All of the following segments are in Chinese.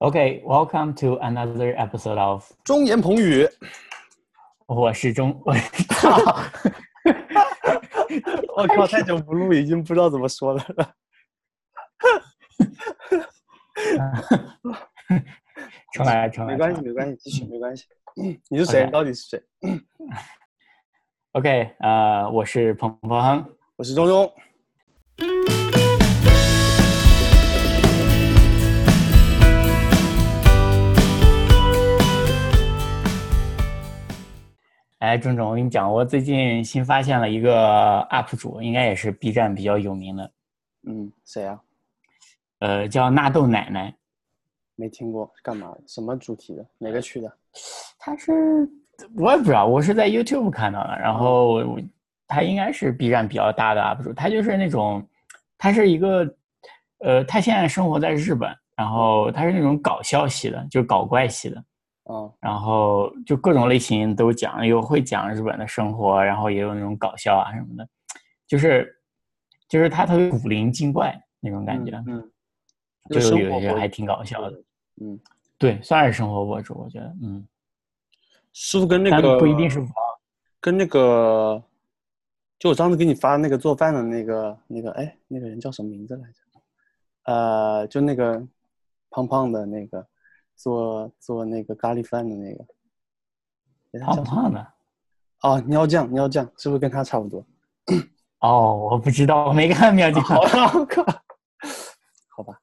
Okay, welcome to another episode of 中言彭语。 我靠， 我靠，太久不录，已经不知道怎么说了。 重来， 没关系，没关系，继续，没关系。你是谁？ Okay. 到底是谁？ OK，我是彭彭， 我是钟钟。 哎，钟总，我跟你讲，我最近新发现了一个 UP 主，应该也是 B 站比较有名的。 谁啊？ 叫纳豆奶奶。 没听过，干嘛的？什么主题的？哪个区的？ 我也不知道，我是在 YouTube 看到的，然后他应该是 B 站比较大的 UP 主，他就是那种，他是一个，他现在生活在日本，然后他是那种搞笑系的，就是搞怪系的。然后就各种类型都讲，有会讲日本的生活，然后也有那种搞笑啊什么的，就是他特别古灵精怪那种感觉，就有一些还挺搞笑的，对，算是生活博主，我觉得， 是不是跟那个？ 但不一定是跟那个，就我上次给你发那个做饭的那个，哎，那个人叫什么名字来着？就那个胖胖的那个。做那个咖喱饭的那个， 胖胖的哦，喵酱是不是跟他差不多？ 哦，我不知道，我没看喵酱。 好吧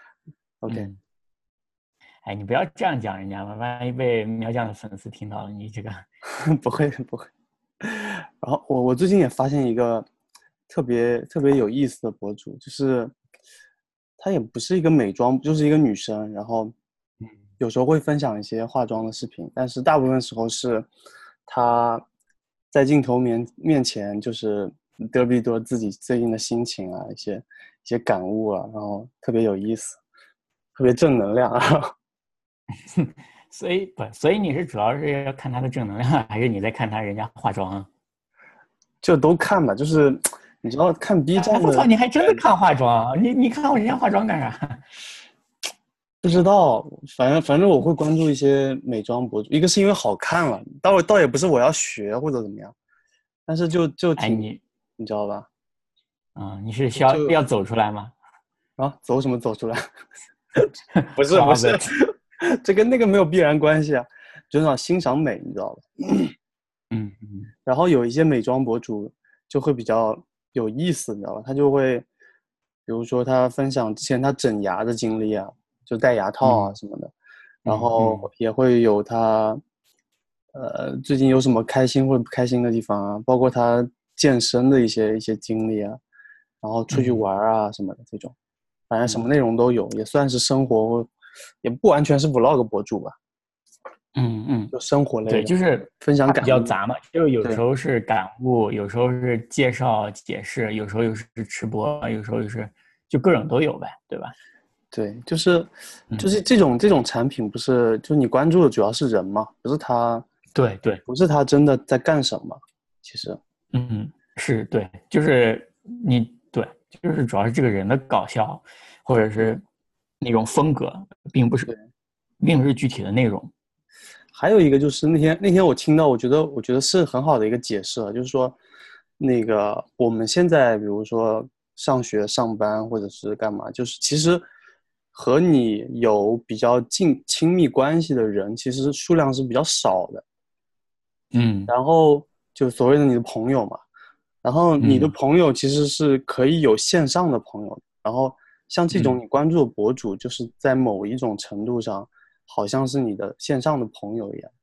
，OK。 哎，你不要这样讲人家嘛，万一被喵酱的粉丝听到了，你这个不会。然后我最近也发现一个特别有意思的博主，就是她也不是一个美妆，就是一个女生，然后有时候会分享一些化妆的视频，但是大部分时候是她在镜头面前就是嘚逼多自己最近的心情啊，一些感悟啊，然后特别有意思，特别正能量啊。 所以你是主要是要看她的正能量，还是你在看她人家化妆啊？ 就都看吧，就是你知道看 B 站的， 我操，你还真的看化妆啊？你看我人家化妆干啥？ 不知道，反正我会关注一些美妆博主，一个是因为好看了，倒也不是我要学或者怎么样，但是就挺，你知道吧？ 你是需要走出来吗？ 啊，走什么走出来？不是，这跟那个没有必然关系啊，就是要欣赏美，你知道吧？然后有一些美妆博主就会比较有意思，你知道吧？他就会，比如说他分享之前他整牙的经历啊，就戴牙套啊什么的，然后也会有他，最近有什么开心或者不开心的地方啊，包括他健身的一些经历啊，然后出去玩啊什么的这种，反正什么内容都有，也算是生活，也不完全是 vlog 博主吧。就生活类的， 对，就是分享感悟， 比较杂嘛，就有时候是感悟，有时候是介绍解释，有时候又是直播，有时候就各种都有呗，对吧？ 对，就是这种产品，不是就你关注的主要是人嘛，不是他， 对， 不是他真的在干什么，其实， 是对，就是就是主要是这个人的搞笑，或者是那种风格，并不是具体的内容。 还有一个就是那天我听到，我觉得是很好的一个解释，就是说，那个我们现在比如说上学、上班或者是干嘛，就是其实和你有比较亲密关系的人，其实数量是比较少的。然后就所谓的你的朋友嘛，然后你的朋友其实是可以有线上的朋友，然后像这种你关注的博主，就是在某一种程度上。好像是你的线上的朋友一样，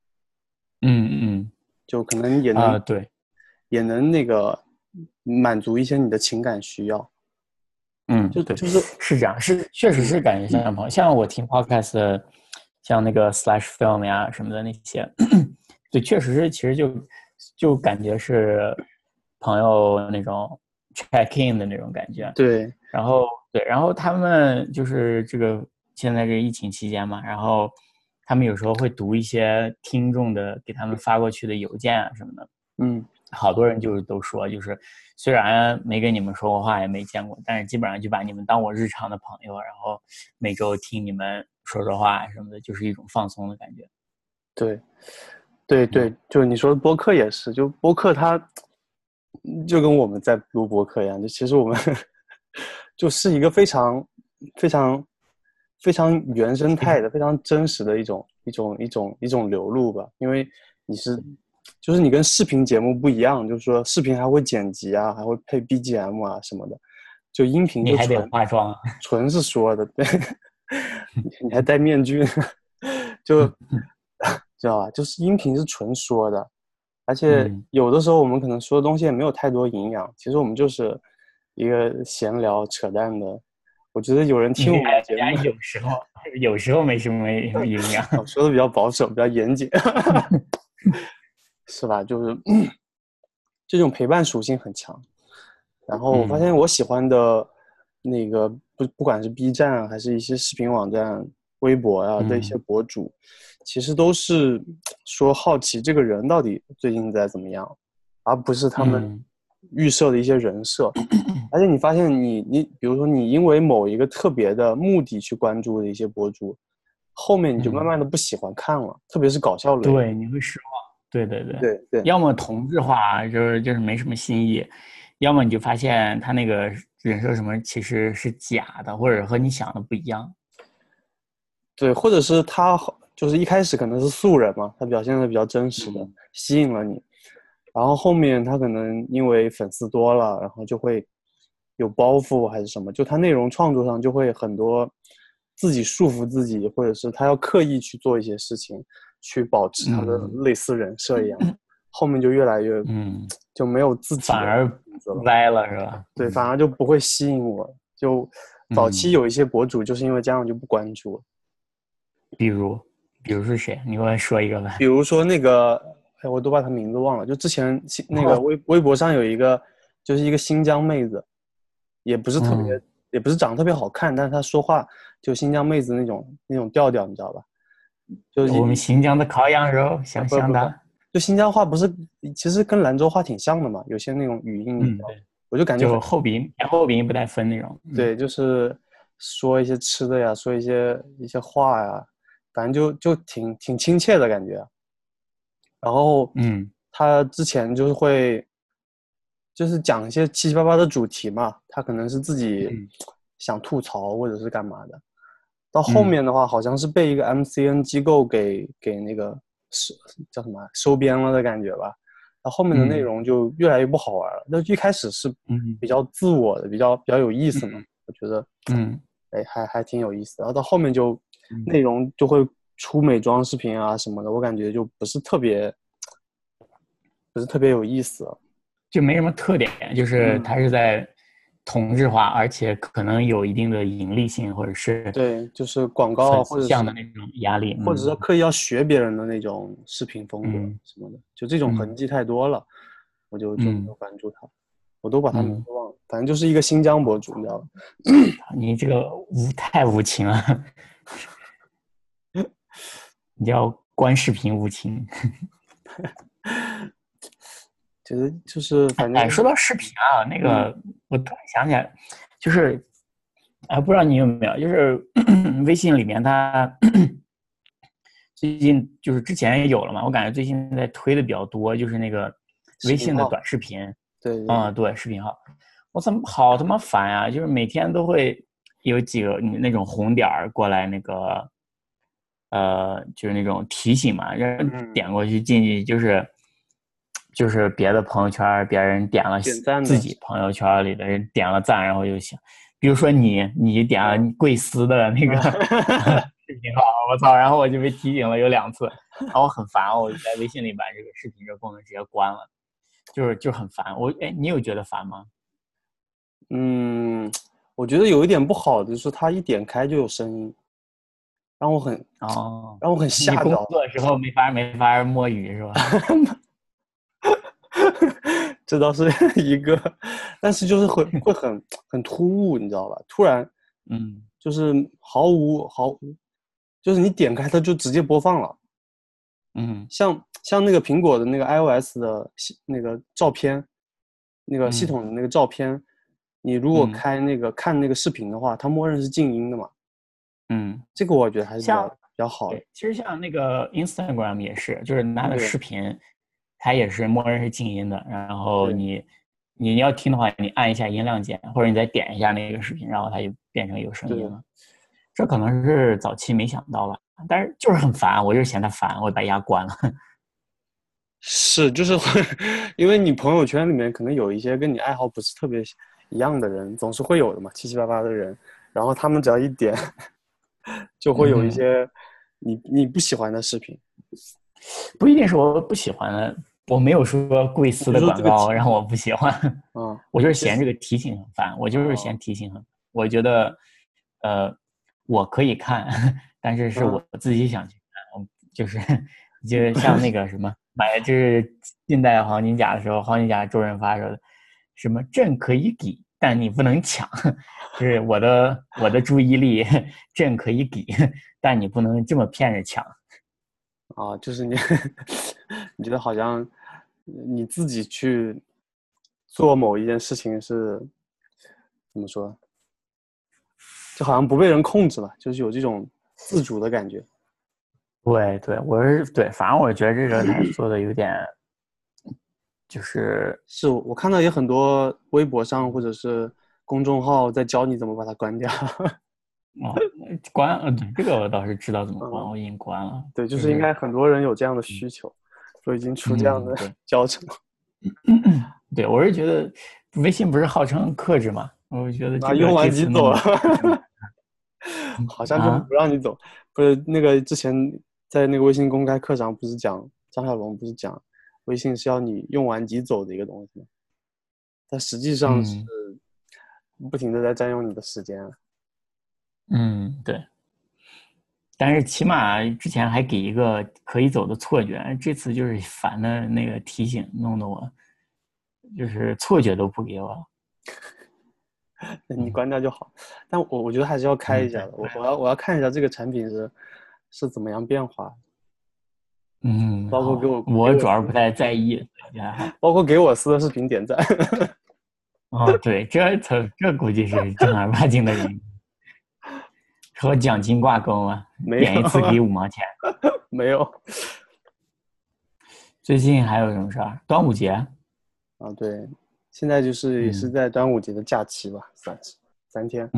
就可能也能对， 也能那个满足一些你的情感需要， 是这样，确实是感觉像朋友，像我听 podcast， 像那个 Slash Film 呀什么的那些，对，确实是，其实就感觉是朋友那种 check in 的那种感觉， 对， 然后他们就是这个现在这疫情期间嘛，然后他们有时候会读一些听众的给他们发过去的邮件啊什么的，好多人就是都说，就是虽然没跟你们说过话，也没见过，但是基本上就把你们当我日常的朋友，然后每周听你们说说话什么的，就是一种放松的感觉。 对，就你说的播客也是，就播客它就跟我们在录播客一样，就其实我们就是一个非常原生态的、非常真实的一种流露吧。因为就是你跟视频节目不一样，就是说视频还会剪辑啊，还会配 BGM 啊什么的，就音频就你还得化妆， 纯是说的，对，你还戴面具，就知道吧？就是音频是纯说的，而且有的时候我们可能说的东西也没有太多营养，其实我们就是一个闲聊扯淡的。我觉得有人听我们的节目， 有时候没什么营养。 我说的比较保守，比较严谨，是吧？就是这种陪伴属性很强。然后我发现我喜欢的那个不管是 B 站啊，还是一些视频网站、微博啊的一些博主，其实都是说好奇这个人到底最近在怎么样，而不是他们预设的一些人设。而且你发现你比如说你因为某一个特别的目的去关注的一些博主，后面你就慢慢的不喜欢看了，特别是搞笑类。 对，你会失望。对，要么同质化，就是没什么新意，要么你就发现他那个人设什么其实是假的，或者和你想的不一样。 对，或者是他就是一开始可能是素人嘛，他表现的比较真实的，吸引了你，然后后面他可能因为粉丝多了，然后就会有包袱还是什么，就他内容创作上就会很多自己束缚自己，或者是他要刻意去做一些事情，去保持他的类似人设一样，后面就越来越就没有自己的反而歪了是吧？ 对，反而就不会吸引我。就早期有一些博主就是因为这样就不关注了。 比如是谁？你给我说一个吧。 比如说那个，哎，我都把他名字忘了。就之前那个微博上有一个，就是一个新疆妹子，也不是特别，也不是长得特别好看，但是她说话就新疆妹子那种调调，你知道吧？就是我们新疆的烤羊肉，香香的。 就新疆话不是，其实跟兰州话挺像的嘛，有些那种语音， 对， 我就感觉就后鼻前后鼻不带分那种。 对，就是说一些吃的呀，说一些话呀，反正就挺亲切的感觉。然后，他之前就是讲一些七七八八的主题嘛，他可能是自己想吐槽或者是干嘛的。到后面的话，好像是被一个 MCN 机构给那个叫什么收编了的感觉吧。到后面的内容就越来越不好玩了。那一开始是比较自我的，比较有意思嘛，我觉得哎还挺有意思的。然后到后面就内容就会出美妆视频啊什么的，我感觉就不是特别有意思了， 就没什么特点，就是它是在同质化，而且可能有一定的盈利性，或者是对，就是广告或者是的那种压力， 或者是刻意要学别人的那种视频风格什么的，就这种痕迹太多了，我就没有关注他，我都把他名字忘了，反正就是一个新疆博主，你知道吧？ 你这个太无情了，你叫观视频无情。 其实就是反正说到视频啊，那个我突然想起来，就是不知道你有没有，就是微信里面它最近就是之前也有了嘛，我感觉最近在推的比较多，就是那个微信的短视频。对，视频号，我怎么好他妈烦啊！就是每天都会有几个那种红点儿过来，那个就是那种提醒嘛，让点过去进去就是别的朋友圈别人点了自己朋友圈里的人点了赞，然后就行。比如说你点了贵司的那个视频号，我操，然后我就被提醒了有2次，然后我很烦，我就在微信里把这个视频这个功能直接关了，就很烦。你有觉得烦吗？ 我觉得有一点不好的就是它一点开就有声音，让我很吓到。 你工作的时候没法摸鱼是吧？ 这倒是一个，但是就是会很突兀，你知道吧？突然，就是毫无，就是你点开它就直接播放了，像那个苹果的那个 iOS 的那个照片，那个系统的那个照片，你如果开那个看那个视频的话，它默认是静音的嘛。 这个我觉得还是比较好的。 对，其实像那个 Instagram 也是，就是拿的视频，它也是默认是静音的，然后你要听的话，你按一下音量键，或者你再点一下那个视频，然后它就变成有声音了。这可能是早期没想到吧，但是就是很烦，我就是嫌它烦，我把牙关了。 是，就是会，因为你朋友圈里面可能有一些跟你爱好不是特别一样的人，总是会有的嘛，七七八八的人，然后他们只要一点，就会有一些你不喜欢的视频。 不一定是我不喜欢的，我没有说贵司的广告让我不喜欢，我就是嫌这个提醒很烦，我就是嫌提醒很烦，我觉得，我可以看，但是是我自己想去看，就是像那个什么买就是近代黄金甲的时候，黄金甲周润发说的，什么朕可以给，但你不能抢，就是我的注意力朕可以给，但你不能这么骗着抢。 就是你你觉得好像你自己去做某一件事情是怎么说，就好像不被人控制了，就是有这种自主的感觉。 对，反正我觉得这个他做的有点，就是我看到有很多微博上或者是公众号在教你怎么把它关掉。 关，对，这个我倒是知道怎么关，我已经关了。 对，就是应该很多人有这样的需求，都已经出这样的教程。 对，我是觉得微信不是号称克制嘛，我觉得用完即走了。好像就是不让你走，不是那个之前在那个微信公开课上不是讲张小龙不是讲微信是要你用完即走的一个东西吗？但实际上是不停的在占用你的时间。 对。但是起码之前还给一个可以走的错觉，这次就是烦的那个提醒，弄得我就是错觉都不给我了。 你关掉就好，但我觉得还是要开一下的。我要看一下这个产品是怎么样变化。包括给我主要是不太在意，还好。 包括给我私的视频点赞。 对，这估计是正儿八经的人，和奖金挂钩啊，点一次给5毛钱。 没有。 最近还有什么事儿？端午节对，现在就是也是在端午节的假期吧，算是3天。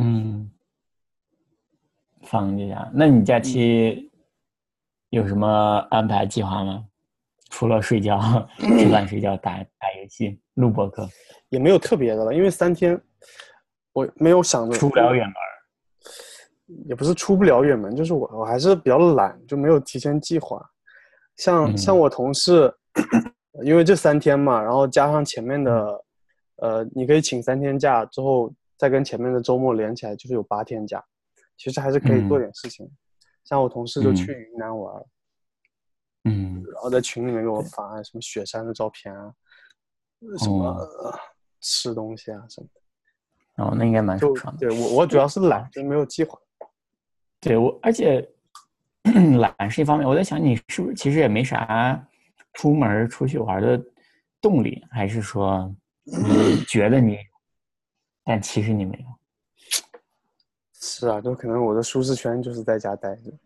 放一下。那你假期有什么安排计划吗？除了睡觉、吃饭、睡觉、打游戏、录播课， 也没有特别的了，因为3天我没有想着出不了远门。 也不是出不了远门，就是我还是比较懒，就没有提前计划。像我同事，因为这3天嘛，然后加上前面的，你可以请3天假之后，再跟前面的周末连起来，就是有8天假。其实还是可以做点事情。像我同事就去云南玩，然后在群里面给我发什么雪山的照片啊，什么吃东西啊什么的。 那应该蛮爽的。 对，我主要是懒，就没有计划。 对，而且懒是一方面，我在想你是不是其实也没啥出门出去玩的动力，还是说你觉得你，但其实你没有？ 是啊，就可能我的舒适圈就是在家待着。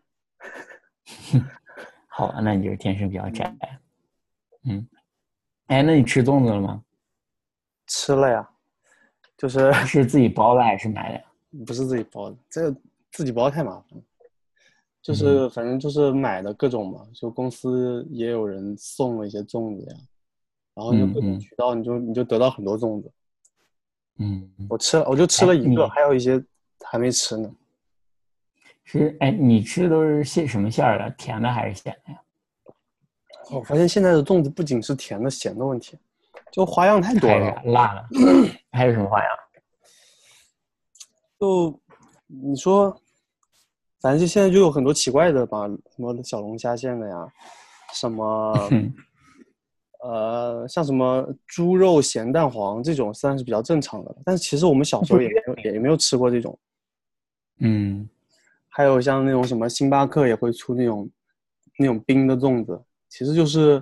好啊，那你就是天生比较宅。那你吃粽子了吗？ 吃了呀，是自己包的还是买的？ 不是自己包的，这个自己包太麻烦了。就是反正就是买的各种嘛，就公司也有人送了一些粽子呀，然后就各种渠道，你就得到很多粽子。我就吃了一个，还有一些还没吃呢。 你吃的都是什么馅儿的？甜的还是咸的呀？ 我发现现在的粽子不仅是甜的咸的问题，就花样太多了。 还有辣的，还有什么花样？ 就你说，反正就现在就有很多奇怪的吧，什么小龙虾馅的呀，什么像什么猪肉咸蛋黄这种算是比较正常的，但是其实我们小时候也没有吃过这种。还有像那种什么星巴克也会出那种冰的粽子，其实就是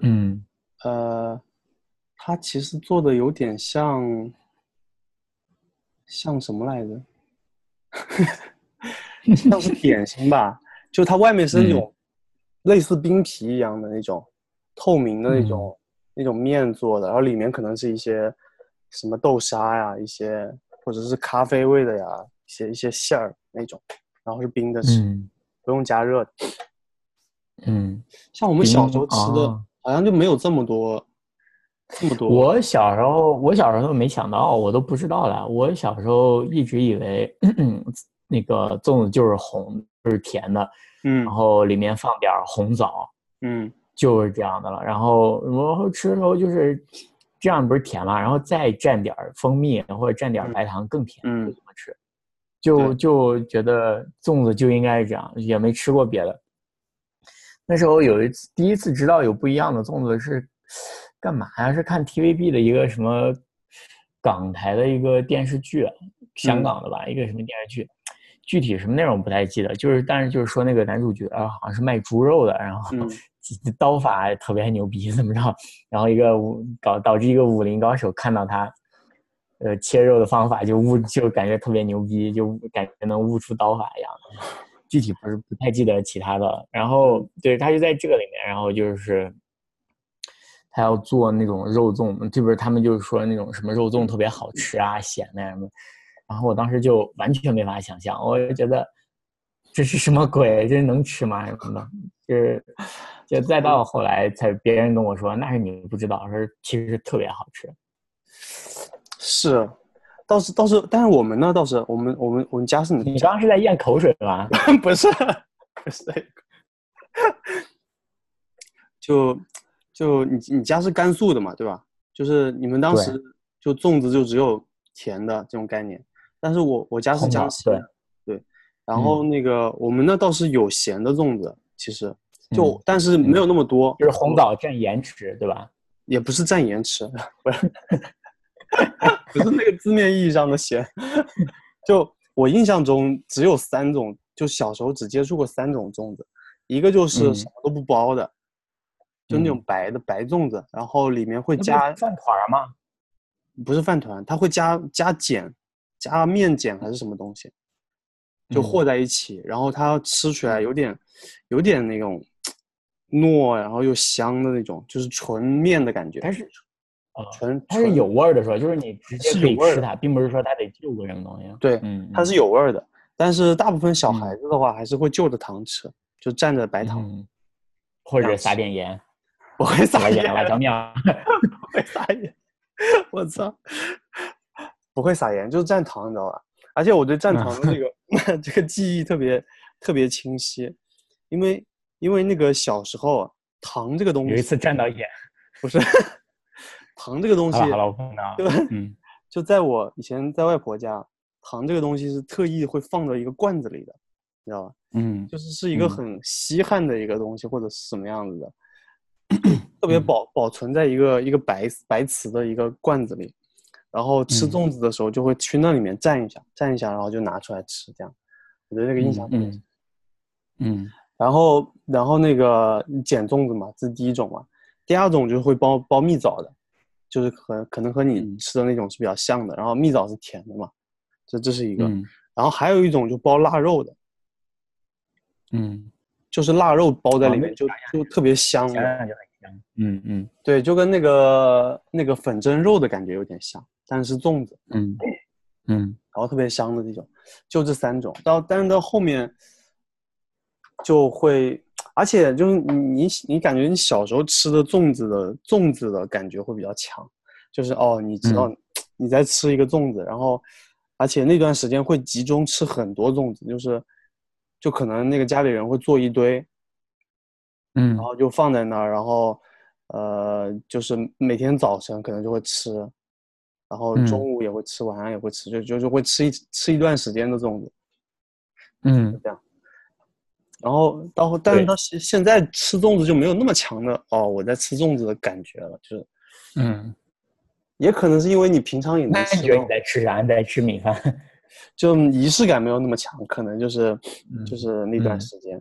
它其实做的有点像什么来着？ 像是点心吧，就它外面是那种类似冰皮一样的那种透明的那种面做的，然后里面可能是一些什么豆沙呀，一些或者是咖啡味的呀，一些馅儿那种，然后是冰的吃，不用加热的。像我们小时候吃的，好像就没有这么多。 我小时候都没想到，我都不知道了。我小时候一直以为那个粽子就是红，就是甜的，然后里面放点红枣，就是这样的了。然后吃的时候就是这样，不是甜嘛，然后再蘸点蜂蜜或者蘸点白糖更甜，就这么吃。就觉得粽子就应该是这样，也没吃过别的。那时候第一次知道有不一样的粽子是干嘛呀？是看 TVB 的一个什么港台的一个电视剧，香港的吧，一个什么电视剧，具体什么内容不太记得，但是就是说那个男主角好像是卖猪肉的，然后刀法特别牛逼，怎么着？然后导致一个武林高手看到他切肉的方法就感觉特别牛逼，就感觉能悟出刀法一样。具体不太记得其他的，然后对他就在这个里面，然后就是他要做那种肉粽，这不是他们就是说那种什么肉粽特别好吃啊，咸的什么，然后我当时就完全没法想象，我就觉得这是什么鬼，这能吃吗什么的，就再到后来才别人跟我说那是你不知道，说其实特别好吃。 是。倒是，但是我们呢，倒是我们家是你刚刚是在咽口水吧？ 不是，不是，就你家是甘肃的嘛，对吧？就是你们当时就粽子就只有甜的这种概念，但是我家是江西的，对，然后那个我们那倒是有咸的粽子，其实但是没有那么多， 就是红枣蘸盐吃，对吧？ 也不是蘸盐吃，不是。不是那个字面意义上的咸，就我印象中只有3种，就小时候只接触过3种粽子，一个就是什么都不包的，就那种白白粽子，然后里面会加饭团吗？ 不是饭团，它会加碱，加面碱还是什么东西，就和在一起，然后它吃起来有点那种糯，然后又香的那种，就是纯面的感觉。 它是有味儿的，是吧？就是你直接可以吃它，并不是说它得就个什么东西。 对，它是有味儿的，但是大部分小孩子的话还是会就着糖吃，就蘸着白糖， 或者撒点盐。 不会撒盐， 辣椒面， 不会撒盐。我操，不会撒盐，就是蘸糖，你知道吧？而且我对蘸糖的这个这个记忆特别清晰，因为那个小时候糖这个东西， 有一次蘸到盐， 不是糖这个东西， 好了，我碰到， 就在我以前在外婆家，糖这个东西是特意会放到一个罐子里的，你知道吧？就是一个很稀罕的一个东西，或者是什么样子的，特别保存在一个白瓷的一个罐子里，然后吃粽子的时候就会去那里面蘸一下，然后就拿出来吃，这样，我觉得这个印象特别深。然后那个碱粽子嘛，这是第一种嘛，第二种就是会包蜜枣的。就是可能和你吃的那种是比较像的，然后蜜枣是甜的嘛，这是一个，然后还有一种就包腊肉的，就是腊肉包在里面就特别香的， 想想就很香， 对，就跟那个粉蒸肉的感觉有点像，但是粽子，然后特别香的这种，就这3种，但是到后面就会。而且就是你感觉你小时候吃的粽子的感觉会比较强，就是你知道你在吃一个粽子，然后而且那段时间会集中吃很多粽子，就可能那个家里人会做一堆，然后就放在那儿，然后就是每天早晨可能就会吃，然后中午也会吃，晚上也会吃，就会吃一段时间的粽子，这样。然后但是到现在吃粽子就没有那么强的我在吃粽子的感觉了，就是也可能是因为你平常也能吃到。 那你觉得你在吃啥？你在吃米饭？ 就仪式感没有那么强，可能就是那段时间，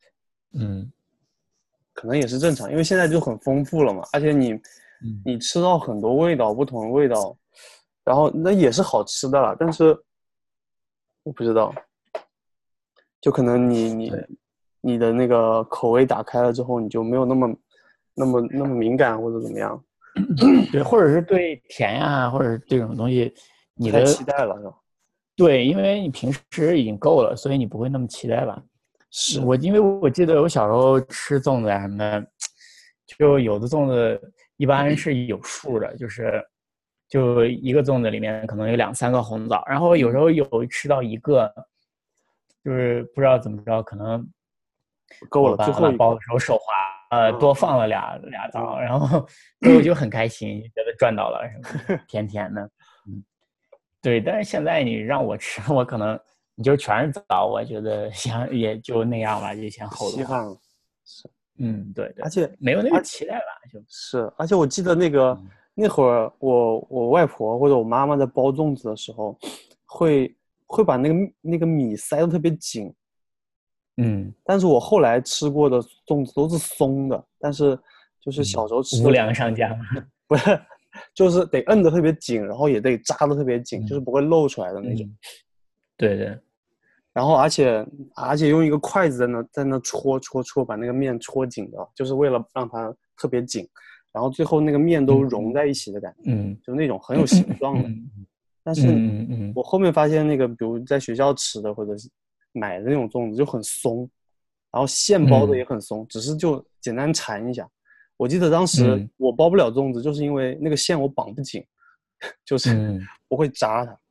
可能也是正常，因为现在就很丰富了嘛，而且你吃到很多味道，不同的味道，然后那也是好吃的了，但是我不知道。 就可能你的那个口味打开了之后，你就没有那么敏感或者怎么样。 对，或者是对甜呀，或者是这种东西，你的太期待了是吧？ 对，因为你平时已经够了，所以你不会那么期待了。 是因为我记得我小时候吃粽子什么的，就有的粽子一般是有数的，就一个粽子里面可能有2、3个红枣，然后有时候有吃到一个，就是不知道怎么着，可能够了，最后一个包的时候手滑，多放了俩枣，然后我就很开心，觉得赚到了什么甜甜的，对。但是现在你让我吃，我可能你就全是枣，我觉得也就那样吧，就先后稀罕了。是， 对， 而且没有那个期待吧， 是，而且我记得那会儿我外婆或者我妈妈在包粽子的时候，会把那个米塞得特别紧。但是我后来吃过的粽子都是松的，但是就是小时候吃的无良商家不是，就是得摁得特别紧，然后也得扎得特别紧，就是不会露出来的那种。 对对。 然后而且用一个筷子在那戳，把那个面戳紧的，就是为了让它特别紧，然后最后那个面都融在一起的感觉，就那种很有形状的。但是我后面发现那个，比如在学校吃的或者是买的那种粽子就很松，然后馅包的也很松，只是就简单缠一下。我记得当时我包不了粽子，就是因为那个馅我绑不紧，就是不会扎它。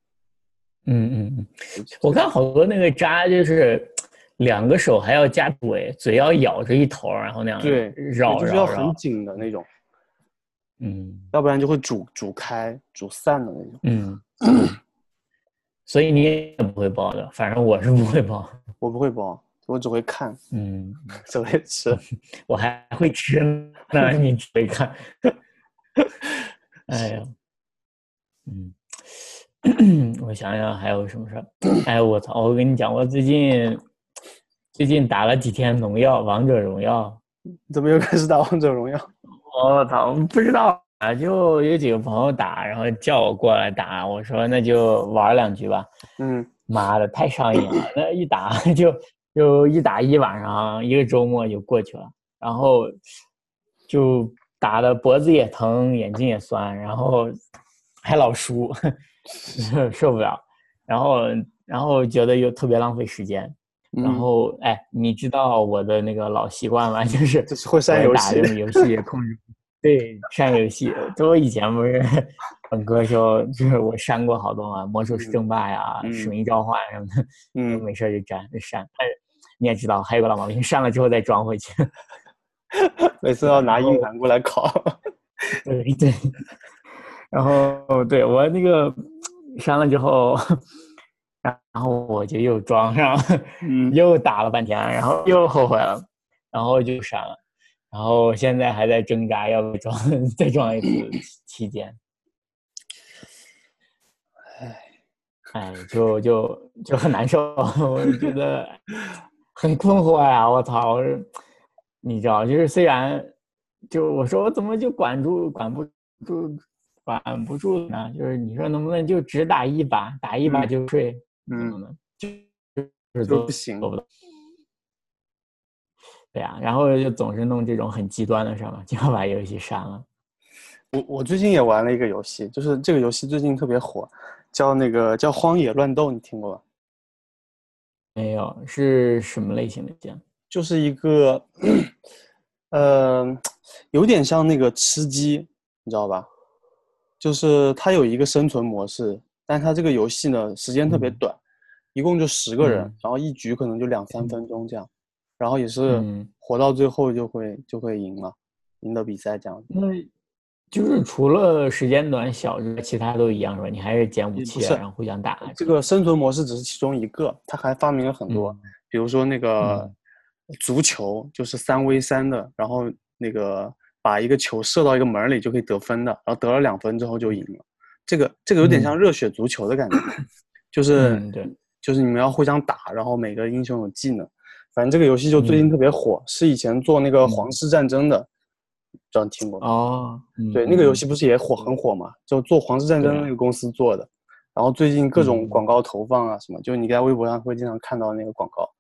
我看好多那个扎就是2个手还要夹嘴要咬着一头，然后那样对绕， 就是要很紧的那种，要不然就会煮开煮散的那种。所以你也不会包的，反正我是不会包。 我不会包，我只会看，只会吃。 我还会吃呢，你只会看。哎呀，我想想还有什么事儿？哎，我操！我跟你讲，我最近打了几天农药，王者荣耀。 怎么又开始打王者荣耀？ 我操，不知道啊，就有几个朋友打，然后叫我过来打，我说那就玩2局吧。妈的，太上瘾了，那一打就一打一晚上，一个周末就过去了，然后就打的脖子也疼，眼睛也酸，然后还老输，受不了，然后觉得又特别浪费时间。然后哎，你知道我的那个老习惯吗？就是会删游戏， 打这种游戏控制，对，删游戏。就我以前不是本科时候，就是我删过好多嘛，魔兽争霸呀、使命召唤什么的，没事就删。但是你也知道，还有个老毛病，删了之后再装回去， 每次要拿硬盘过来拷。 对。然后对我那个删了之后。然后我就又装上，又打了半天，然后又后悔了，然后就删了，然后现在还在挣扎要不装，再装一次期间。哎，就很难受，我觉得很困惑呀！我操，你知道，就是虽然就我说我怎么就管不住呢？就是你说能不能就只打一把，打一把就睡？就是都不行。 对呀，然后就总是弄这种很极端的事嘛，就要把游戏删了。 我最近也玩了一个游戏，就是这个游戏最近特别火，叫《荒野乱斗》，你听过吧？ 没有，是什么类型的game？ 就是一个，有点像那个吃鸡，你知道吧？就是它有一个生存模式，但它这个游戏呢时间特别短，一共就10个人，然后一局可能就2、3分钟这样，然后也是活到最后就会赢了，赢得比赛这样。 那就是除了时间短小之外，其他都一样是吧？你还是捡武器然后互相打。 这个生存模式只是其中一个，它还发明了很多，比如说那个足球，就是3v3的，然后那个把一个球射到一个门里就可以得分的，然后得了2分之后就赢了。这个有点像热血足球的感觉，就是你们要互相打，然后每个英雄有技能。反正这个游戏就最近特别火，是以前做那个皇室战争的，不知道你听过吗？对，那个游戏不是也很火嘛？就做皇室战争的那个公司做的，然后最近各种广告投放啊什么，就你在微博上会经常看到那个广告。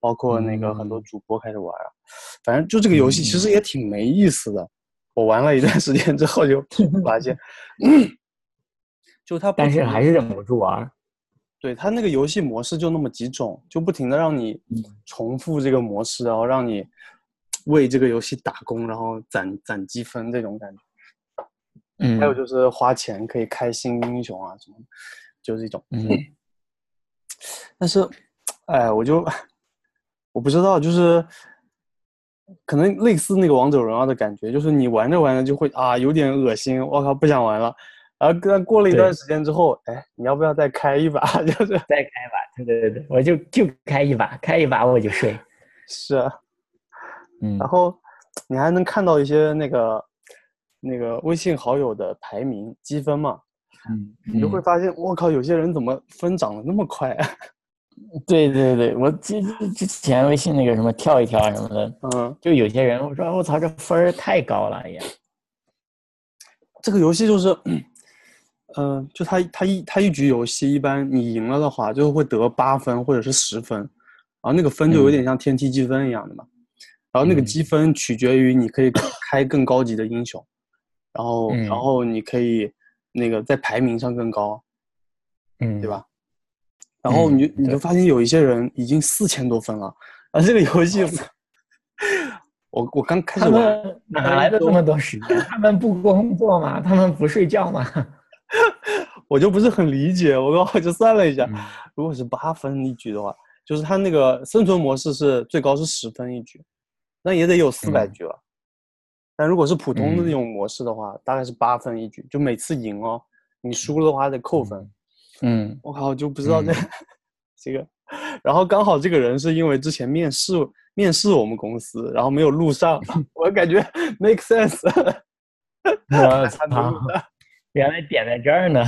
包括那个很多主播开始玩啊。反正就这个游戏其实也挺没意思的。我玩了一段时间之后就发现，就它但是还是忍不住玩。 对，它那个游戏模式就那么几种，就不停的让你重复这个模式，然后让你为这个游戏打工，然后攒积分这种感觉。还有就是花钱可以开新英雄啊什么，就是这种。但是，哎，我不知道，就是可能类似那个王者荣耀的感觉，就是你玩着玩着就会有点恶心，我靠，不想玩了。然后过了一段时间之后，哎，你要不要再开一把？就是再开一把，对，我就开一把我就睡。 是啊，然后你还能看到一些那个微信好友的排名积分嘛，你就会发现，我靠，有些人怎么分涨得那么快啊？ 对，我之前微信那个什么跳一跳什么的，就有些人我说我操，这分太高了也。 这个游戏就是。就他一局游戏，一般你赢了的话，就会得8分或者是10分，然后那个分就有点像天梯积分一样的嘛。然后那个积分取决于你可以开更高级的英雄，然后你可以那个在排名上更高，对吧？然后你就发现有一些人已经4000多分了，而这个游戏，我刚开始玩， 他们哪来的这么多时间？他们不工作吗？他们不睡觉吗？ 我就不是很理解，我就算了一下，如果是8分一局的话，就是它那个生存模式是最高是10分一局，那也得有400局了。但如果是普通的那种模式的话，大概是8分一局，就每次赢哦，你输了的话还得扣分。我靠，就不知道这个。然后刚好这个人是因为之前面试我们公司，然后没有录上，我感觉 make sense。 我操！原来点在这儿呢。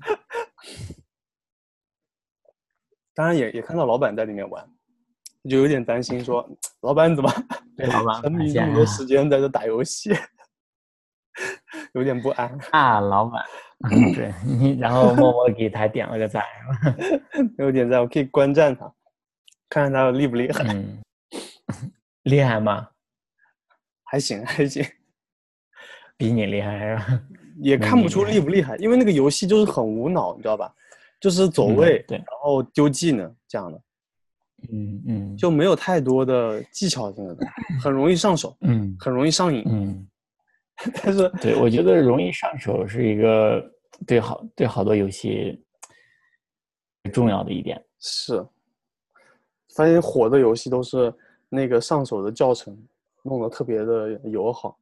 当然也看到老板在里面玩，就有点担心说，老板怎么沉迷这么多时间在这打游戏，有点不安。 老板，对你，然后默默给他点了个赞，是吧？ 有点赞，我可以观战他，看看他厉不厉害。 厉害吗？ 还行， 比你厉害是吧？ 也看不出厉不厉害，因为那个游戏就是很无脑，你知道吧？就是走位， 对， 然后丢技能这样的，就没有太多的技巧性的东西，很容易上手，很容易上瘾，但是对，我觉得容易上手是一个对好多游戏重要的一点。 是，发现火的游戏都是那个上手的教程弄得特别的友好，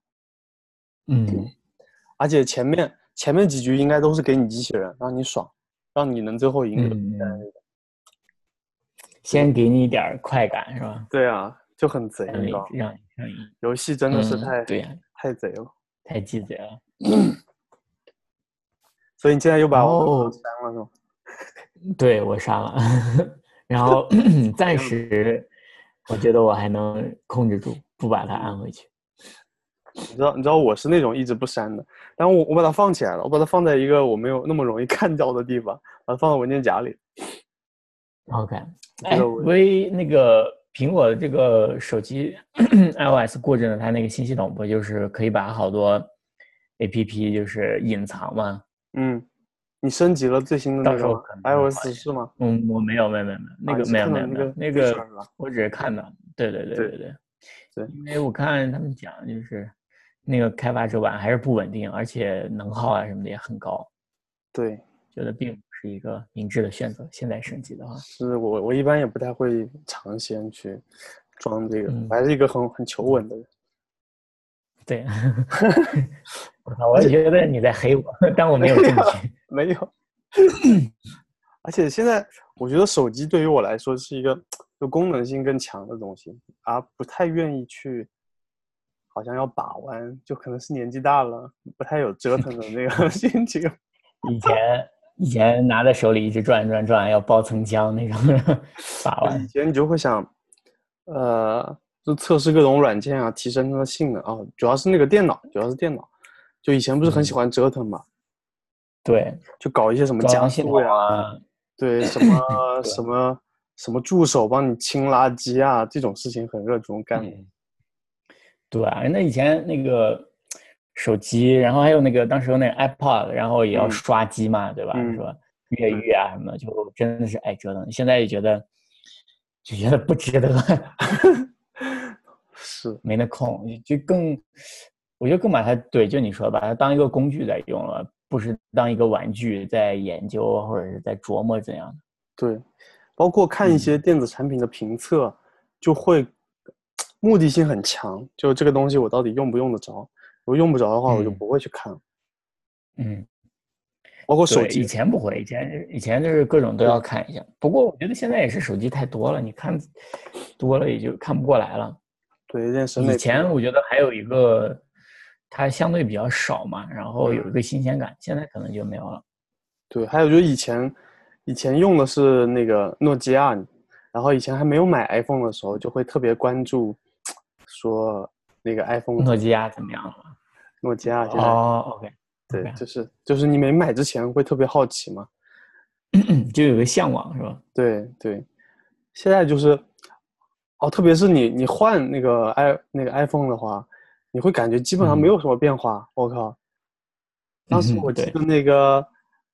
而且前面几局应该都是给你机器人，让你爽，让你能最后赢得先给你一点快感是吧？ 对啊，就很贼， 让你游戏真的是太贼了， 太鸡贼了。 所以你现在又把我删了是吗？ 对，我删了，然后暂时我觉得我还能控制住，不把它按回去。 你知道我是那种一直不删的，但我把它放起来了，我把它放在一个我没有那么容易看到的地方，把它放在文件夹里。 OK，那个苹果的这个手机 iOS 过阵的，它那个新系统不就是可以把好多 APP 就是隐藏吗？ 你升级了最新的那个 iOS 14吗？ 我没有，那个没有，那个我只是看到。对，因为我看他们讲就是那个开发者版还是不稳定，而且能耗啊什么的也很高。 对， 觉得并不是一个明智的选择。现在升级的话， 是我一般也不太会尝鲜去装这个，我还是一个很求稳的人。 对，我觉得你在黑我，但我没有证据。 没有。而且现在我觉得手机对于我来说是一个就功能性更强的东西，而不太愿意去好像要把玩，就可能是年纪大了，不太有折腾的那个心情。 以前拿在手里一直转，要爆层浆那种把玩。 以前你就会想，就测试各种软件啊，提升它的性能啊，主要是电脑。就以前不是很喜欢折腾嘛， 对， 就搞一些什么加速呀，对，什么什么助手帮你清垃圾啊，这种事情很热衷干的。 对啊，那以前那个手机，然后还有那个当时有那个 iPod， 然后也要刷机嘛，对吧？说越狱啊什么的，就真的是爱折腾。现在也觉得不值得， 是没那空，我觉得更把它就你说把它当一个工具在用了，不是当一个玩具在研究或者是在琢磨怎样的。 对，包括看一些电子产品的评测，就会目的性很强，就这个东西我到底用不用得着？如果用不着的话，我就不会去看。包括手机， 以前不会，以前就是各种都要看一下。不过我觉得现在也是手机太多了，你看多了也就看不过来了。 对，这审美。 以前我觉得还有一个，它相对比较少嘛，然后有一个新鲜感，现在可能就没有了。 对，还有就是以前用的是那个诺基亚，然后以前还没有买 iPhone 的时候，就会特别关注，说那个 iPhone 诺基亚怎么样了？ 诺基亚现在 OK， 对，就是你没买之前会特别好奇嘛， 就有个向往是吧？ 对对，现在就是特别是你换那个 iPhone 的话，你会感觉基本上没有什么变化。我靠，当时我记得那个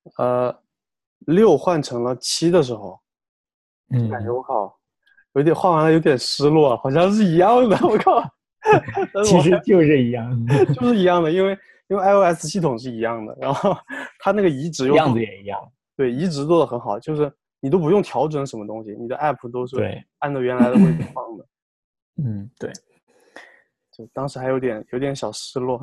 6换成了7的时候，就感觉我靠，有点换完了有点失落，好像是一样的。我靠， 其实就是一样的， 就是一样的，因为 iOS 系统是一样的，然后它那个移植样子也一样。 对，移植做的很好，就是你都不用调整什么东西，你的 app 都是按照原来的位置放的。 对， 就当时还有点小失落，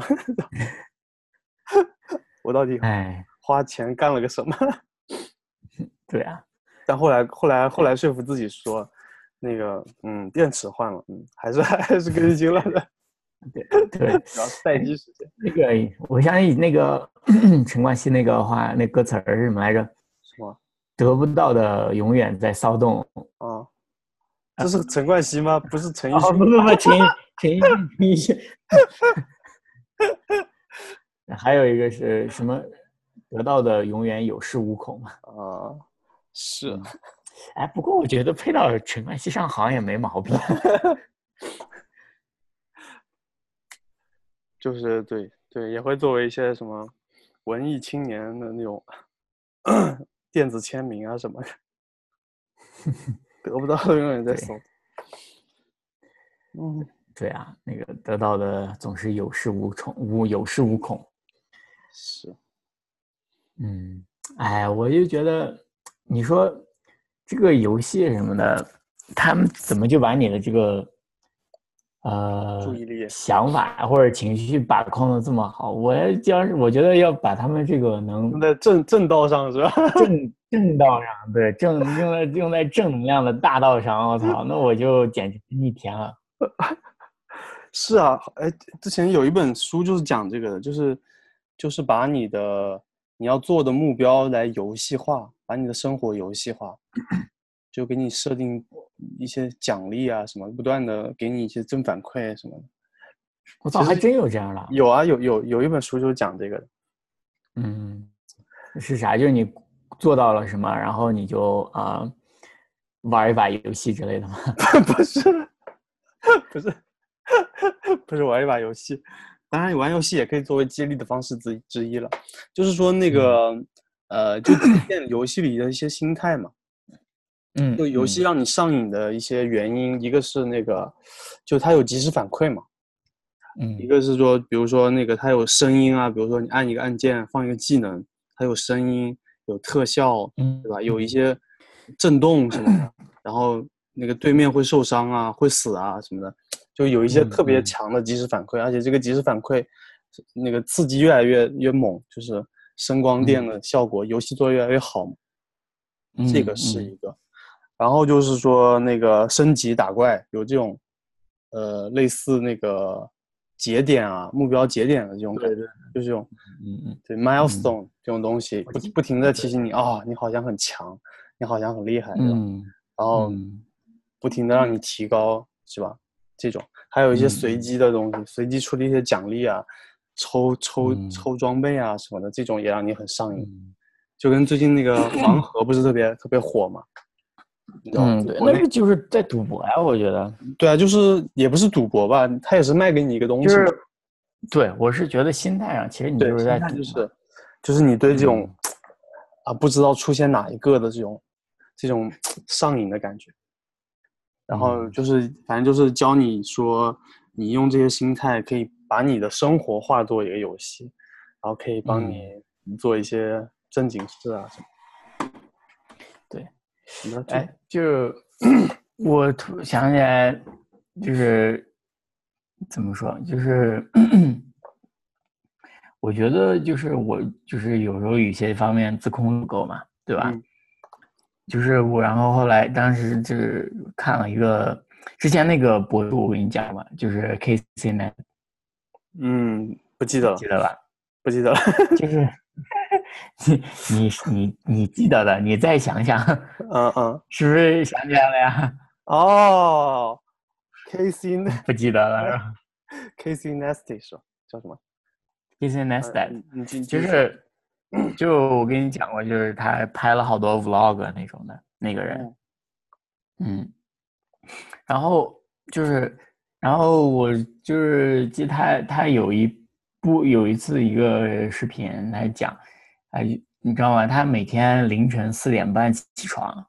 我到底花钱干了个什么？ 对啊， 但后来说服自己说，那个电池换了，还是更新了的。 对， 主要是待机时间。 那个我相信那个陈冠希那个话，那歌词儿是什么来着？ 什么？ 得不到的永远在骚动。 这是陈冠希吗？不是陈奕迅。 不，陈奕迅。还有一个是什么？得到的永远有恃无恐嘛。 是。 不过我觉得配到陈冠希上好像也没毛病。 就是对，也会作为一些什么文艺青年的那种电子签名啊什么的。得不到的永远在搜。 对啊，那个得到的总是有恃无恐。 是。 我就觉得，你说这个游戏什么的，他们怎么就把你的这个注意力、 想法或者情绪把控的这么好？我觉得要把他们这个能用在正道上是吧？ 正道上，对，用在正能量的大道上，我操，那我就简直逆天了。 是啊，之前有一本书就是讲这个的，就是把你要做的目标来游戏化，把你的生活游戏化，就给你设定一些奖励啊什么，不断的给你一些正反馈什么的。 我操，还真有这样的？ 有啊，有一本书就是讲这个的。 是啥？就是你做到了什么，然后你就玩一把游戏之类的吗？ 不是玩一把游戏，当然玩游戏也可以作为激励的方式之一了。就是说那个就体现游戏里的一些心态嘛。就游戏让你上瘾的一些原因，一个是那个，就它有及时反馈嘛。一个是说，比如说那个它有声音啊，比如说你按一个按键放一个技能，它有声音，有特效，对吧？有一些震动什么的，然后那个对面会受伤啊，会死啊什么的，就有一些特别强的及时反馈，而且这个及时反馈那个刺激越来越猛，就是声光电的效果，游戏做得越来越好，这个是一个。然后就是说那个升级打怪有这种类似那个节点啊，目标节点的这种感觉，就是这种对 milestone 这种东西，不停的提醒你你好像很强，你好像很厉害，对吧？然后不停的让你提高，是吧？这种还有一些随机的东西，随机出的一些奖励啊，抽装备啊什么的，这种也让你很上瘾。就跟最近那个盲盒不是特别火嘛？ 你知道吗？ 对，那个就是在赌博呀，我觉得。 对啊，就是也不是赌博吧，他也是卖给你一个东西。 就是，对，我是觉得心态上，其实你就是在赌嘛。 就是你对这种不知道出现哪一个的这种上瘾的感觉。然后就是反正就是教你说，你用这些心态可以把你的生活化作一个游戏，然后可以帮你做一些正经事啊什么。 对，哎，就我想起来，就是怎么说，就是我觉得就是我就是有时候有些方面自控不够嘛，对吧？就是我，然后后来当时就是看了一个之前那个博主，我跟你讲嘛，就是 Casey Neistat。 不记得了， 记得吧？ 不记得了。 就是你记得的，你再想想，是不是想起来了呀？ 哦，Casey 不记得了是吧 ？Casey Neistat 是吧？叫什么 ？Casey Neistat， 就是就我跟你讲过，就是他拍了好多 vlog 那种的那个人，然后就是，然后我就是记得他有一次一个视频来讲，你知道吗？他每天凌晨4点半起床，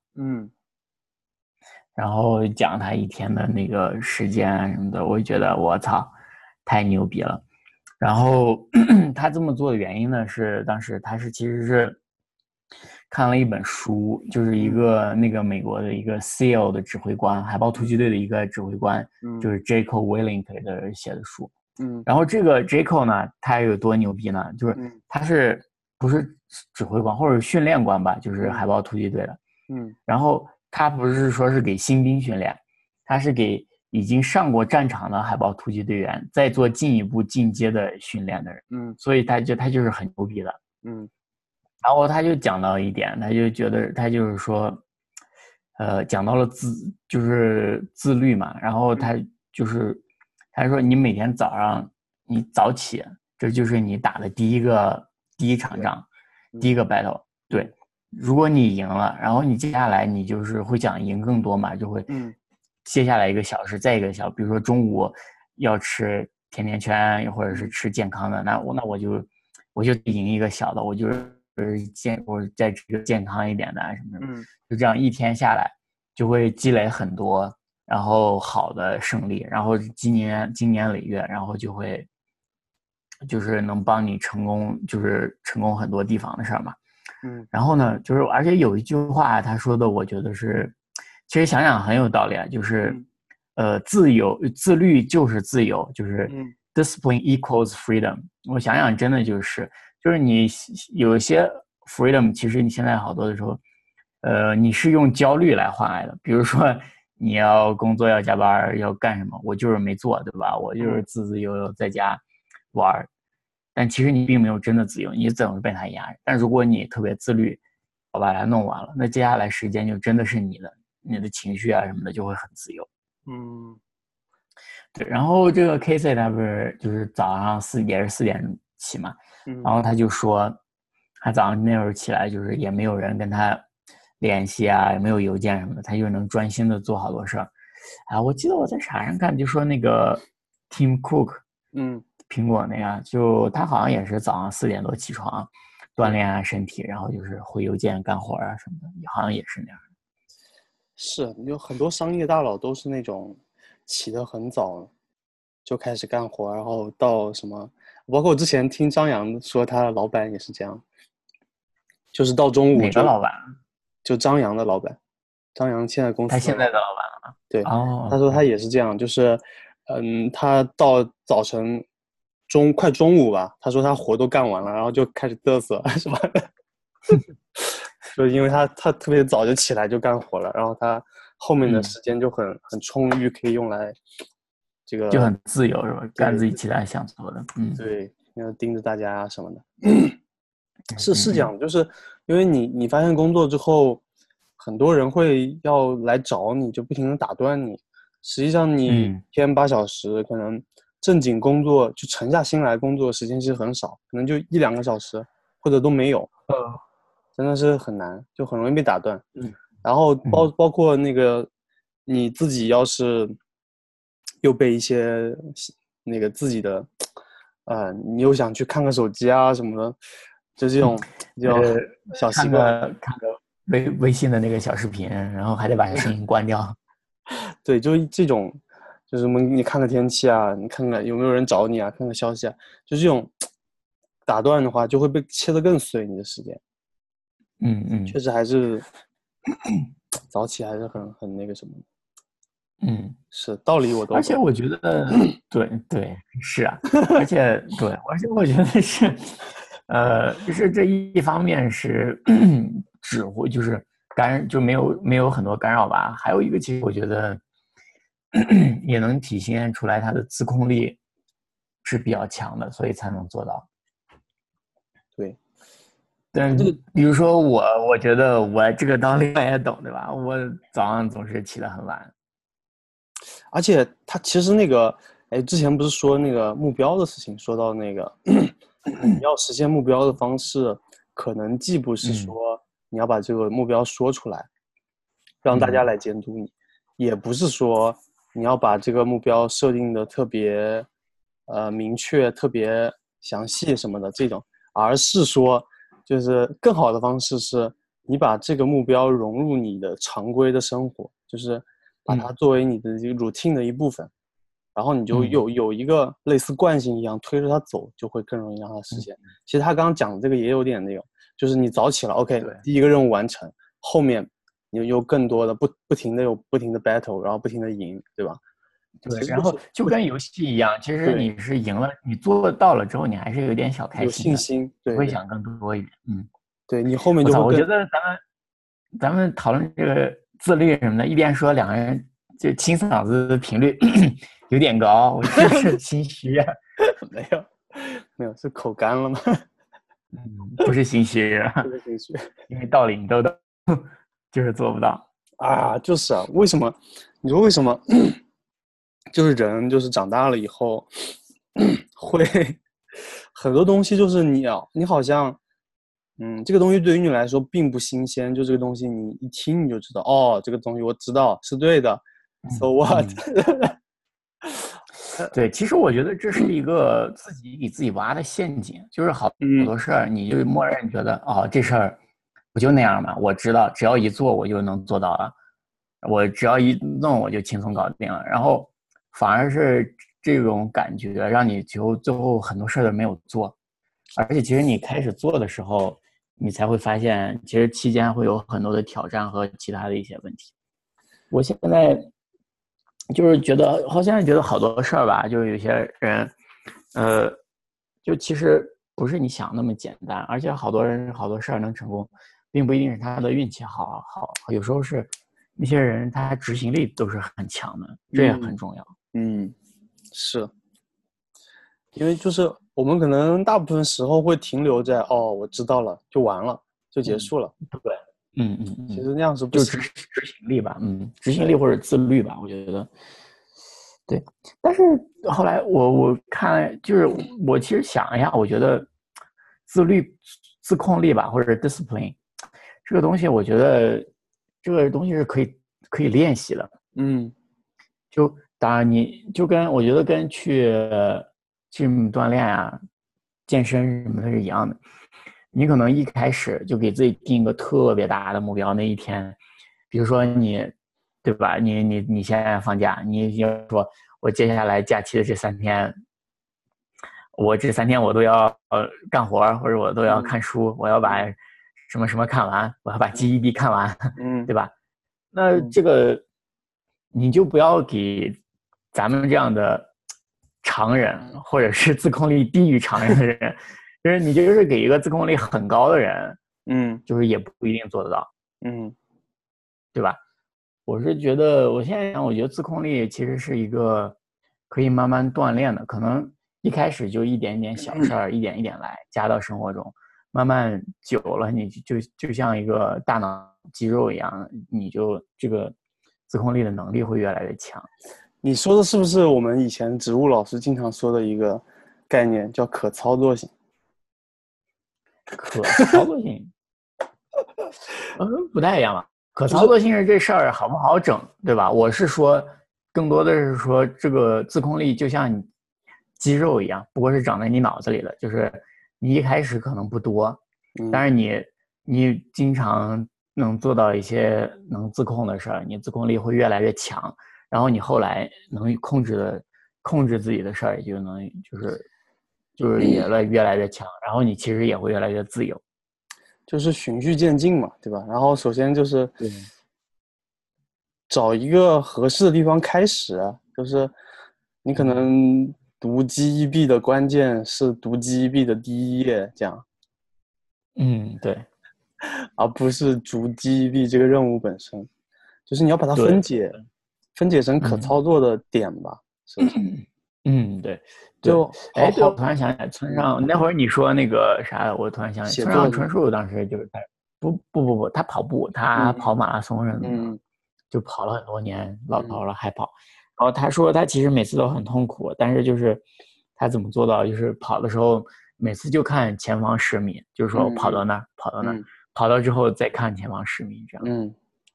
然后讲他一天的那个时间啊什么的，我就觉得我操，太牛逼了。然后他这么做的原因呢，是当时他其实是看了一本书，就是一个那个美国的一个 SEAL 的指挥官，海豹突击队的一个指挥官，就是 Jocko Willink 的写的书。然后这个 Jocko 呢，他有多牛逼呢？就是他不是指挥官或者训练官吧，就是海豹突击队的。然后他不是说是给新兵训练，他是给已经上过战场的海豹突击队员再做进一步进阶的训练的人。所以他就是很牛逼的。然后他就讲到一点，他就觉得他就是说，讲到了就是自律嘛。然后他说你每天早上你早起，这就是你打的第一场仗，第一个 battle。对，如果你赢了，然后你接下来你就是会想赢更多嘛，就会接下来1个小时再1个小时，比如说中午要吃甜甜圈或者是吃健康的，那我就赢1个小的，我再吃个健康一点的什么的，就这样一天下来就会积累很多，然后好的胜利，然后经年累月，然后就是能帮你成功，就是成功很多地方的事儿嘛。然后呢，就是而且有一句话他说的，我觉得是，其实想想很有道理啊，就是自律就是自由，就是 discipline equals freedom。我想想，真的就是你有一些 freedom， 其实你现在好多的时候，你是用焦虑来换来的。比如说你要工作要加班要干什么，我就是没做，对吧？我就是自由在家玩，但其实你并没有真的自由，你总是被他压着。但如果你特别自律，我把它弄完了，那接下来时间就真的是你的情绪啊什么的就会很自由。对。然后这个 Casey 他不是就是早上也是4点起嘛，然后他就说，他早上那会儿起来就是也没有人跟他联系啊，也没有邮件什么的，他就能专心的做好多事儿。我记得我在啥上看，就说那个 Tim Cook，苹果那个，就他好像也是早上4点多起床，锻炼啊身体，然后就是回邮件干活啊什么的，好像也是那样。 是，有很多商业大佬都是那种起得很早就开始干活，然后到什么，包括我之前听张扬说他的老板也是这样，就是到中午哪个老板？ 就张扬的老板，张扬现在公司他现在的老板了。 对，他说他也是这样，就是他到早晨快中午吧，他说他活都干完了，然后就开始嘚瑟是吧？就因为他特别早就起来就干活了，然后他后面的时间就很充裕，可以用来这个就很自由是吧？干自己其他想做的。 对，要盯着大家什么的。是这样，就是因为你发现工作之后，很多人会要来找你，就不停的打断你。实际上你一天8小时，可能正经工作就沉下心来工作的时间其实很少，可能就1、2个小时，或者都没有。真的是很难，就很容易被打断。 然后包括那个你自己要是又被一些那个自己的你又想去看个手机啊什么的，就这种小习惯， 看个微信的那个小视频，然后还得把声音关掉。 对，就这种，就是什么你看个天气啊，你看看有没有人找你啊，看个消息啊，就这种打断的话，就会被切得更碎你的时间。确实还是早起还是很那个什么。是道理我都懂。 而且我觉得，对，是啊，而且我觉得是，就是这一方面是指挥，就是就没有很多干扰吧。还有一个，其实我觉得也能体现出来他的自控力是比较强的，所以才能做到。 对， 但比如说我觉得我这个当另外也懂，对吧？我早上总是起得很晚。 而且他其实那个，之前不是说那个目标的事情，说到那个你要实现目标的方式，可能既不是说你要把这个目标说出来，让大家来监督你，也不是说你要把这个目标设定的特别明确、特别详细什么的这种，而是说，就是更好的方式是你把这个目标融入你的常规的生活，就是把它作为你的这个 routine 的一部分，然后你就有一个类似惯性一样推着它走，就会更容易让它实现。其实他刚刚讲的这个也有点那种，就是你早起了 ，OK， 第一个任务完成，后面你有更多的不停的battle， 然后不停的赢，对吧？ 对，然后就跟游戏一样，其实你是赢了，你做到了之后，你还是有点小开心的， 有信心，对， 会想更多一点。 对你后面就会我觉得咱们讨论这个自律什么的，一边说两个人就清嗓子的频率有点高，我就是心虚啊。 没有，是口干了吗？ 不是心虚， 不是心虚， 因为道理你都懂，就是做不到啊。就是啊，为什么？你说为什么？就是人就是长大了以后会很多东西就是你好像这个东西对于你来说并不新鲜，就这个东西你一听你就知道，哦，这个东西我知道是对的，so what？ 对，其实我觉得这是一个自己给自己挖的陷阱，就是好多事儿你就默认觉得哦，这事儿不就那样嘛，我知道只要一做我就能做到了，我只要一弄我就轻松搞定了，然后反而是这种感觉让你就最后很多事儿都没有做，而且其实你开始做的时候，你才会发现其实期间会有很多的挑战和其他的一些问题。我现在就是觉得，我现在觉得好多事儿吧，就是有些人，就其实不是你想那么简单，而且好多人好多事儿能成功，并不一定是他的运气好，有时候是那些人他执行力都是很强的，这也很重要。 是，因为就是我们可能大部分时候会停留在我知道了就完了就结束了， 对。 其实那样是不就执行力吧，执行力或者自律吧，我觉得，对。但是后来我看，就是我其实想一下，我觉得自控力吧，或者是 discipline 这个东西，我觉得这个东西是可以练习的。就当然你就跟我觉得跟去锻炼啊、健身什么的是一样的。你可能一开始就给自己定一个特别大的目标，那一天，比如说你，对吧？你现在放假，你要说我接下来假期的这3天，我这3天我都要干活，或者我都要看书，我要把什么什么看完，我要把 GED 看完，对吧？那这个你就不要给咱们这样的常人，或者是自控力低于常人的人。就是你就是给一个自控力很高的人，就是也不一定做得到，对吧？我是觉得，我现在想，我觉得自控力其实是一个可以慢慢锻炼的，可能一开始就一点点小事儿，一点一点来，加到生活中，慢慢久了，你就像一个大脑肌肉一样，你就这个自控力的能力会越来越强。 你说的是不是我们以前植物老师经常说的一个概念，叫可操作性？ 可操作性，不太一样吧？ 可操作性这事儿好不好整，对吧？我是说，更多的是说这个自控力就像你肌肉一样，不过是长在你脑子里了。就是你一开始可能不多，但是你经常能做到一些能自控的事儿，你自控力会越来越强，然后你后来能控制自己的事儿，就能就是也越来越强，然后你其实也会越来越自由。 就是循序渐进嘛，对吧？然后首先就是找一个合适的地方开始，就是你可能读 GEB 的关键是读 GEB 的第一页，这样。 对， 而不是逐 GEB 这个任务本身，就是你要把它分解成可操作的点吧，是不是？ 对， 就对，我突然想起来，村上那会儿你说那个啥，我突然想起来，村上春树当时就是不，他跑步，他跑马拉松什么的，就跑了很多年，老头了还跑。然后他说他其实每次都很痛苦，但是就是他怎么做到，就是跑的时候每次就看前方10米，就是说我跑到那儿，跑到那儿，跑到之后再看前方10米，这样。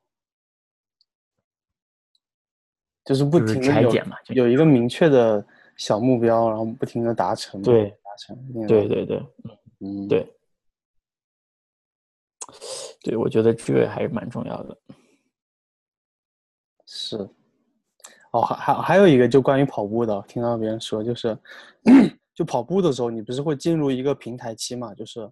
就是不停的有一个明确的小目标，然后不停的达成。 对， 达成。 对，对，我觉得这个还是蛮重要的。 是。还有一个就关于跑步的，听到别人说就是就跑步的时候你不是会进入一个平台期嘛，就是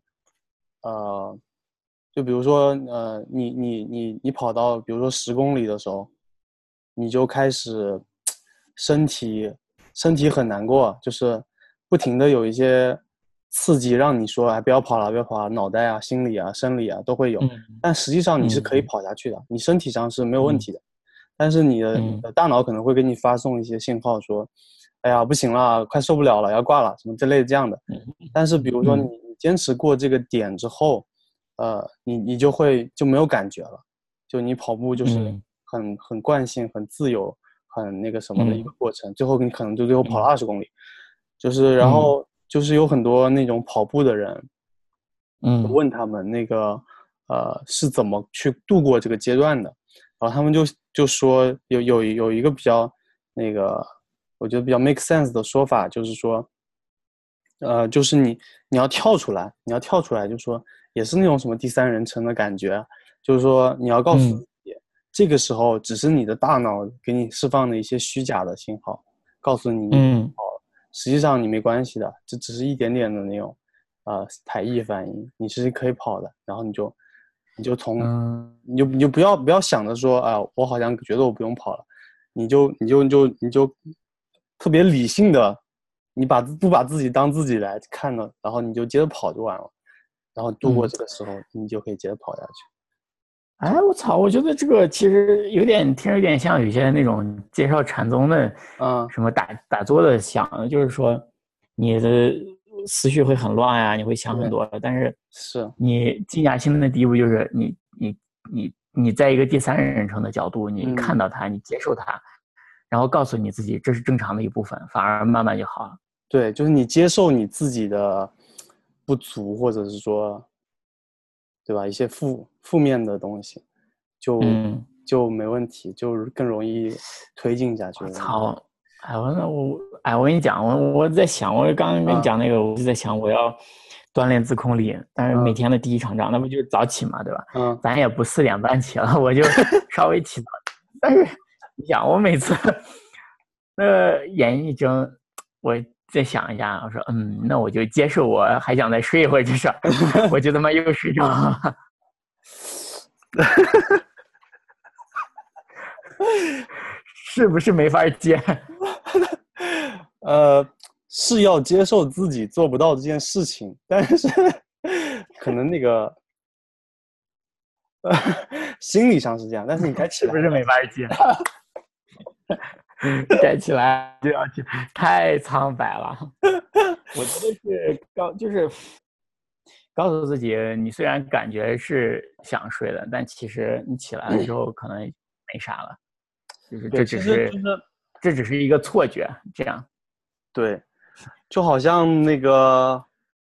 就比如说你跑到比如说10公里的时候，你就开始身体很难过，就是不停的有一些刺激让你说不要跑了不要跑了，脑袋啊心理啊生理啊都会有，但实际上你是可以跑下去的，你身体上是没有问题的。但是你的大脑可能会给你发送一些信号说，哎呀不行了，快受不了了，要挂了，什么之类的这样的。但是比如说你坚持过这个点之后，你就没有感觉了，就你跑步就是很惯性、很自由、很那个什么的一个过程。最后你可能就最后跑了20公里，就是然后就是有很多那种跑步的人，问他们那个是怎么去度过这个阶段的。然后他们就说有一个比较那个，我觉得比较 make sense 的说法，就是说，就是你要跳出来，就是说也是那种什么第三人称的感觉，就是说你要告诉自己，这个时候只是你的大脑给你释放的一些虚假的信号，告诉你实际上你没关系的，这只是一点点的那种抬翼反应，你其实可以跑的，然后你就不要想着说我好像觉得我不用跑了，你就特别理性的，你不把自己当自己来看了，然后你就接着跑就完了，然后度过这个时候，你就可以接着跑下去。 我操！我觉得这个其实听着有点像有些那种介绍禅宗的，什么打坐的想，就是说你的思绪会很乱呀，你会想很多，但是你静下心的第一步就是你在一个第三人称的角度，你看到它，你接受它，然后告诉你自己这是正常的一部分，反而慢慢就好了。 对，就是你接受你自己的不足，或者是说，对吧？一些负面的东西，就没问题，就更容易推进下去。 操！我跟你讲，我在想，我刚刚跟你讲那个，我就在想我要锻炼自控力，但是每天的第一场仗，那不就是早起嘛，对吧？咱也不4点半起了，我就稍微起早。但是你想，我每次眼一睁，我再想一下，我说那我就接受，我还想再睡一会儿，就是我就他妈又睡着了。是不是没法接？ 是要接受自己做不到这件事情，但是可能那个心理上是这样，但是你该起来是不是没法接？该起来就要起，太苍白了。我觉得是就是告诉自己，你虽然感觉是想睡的，但其实你起来了之后可能没啥了，就是这只是一个错觉，这样。 对，就好像那个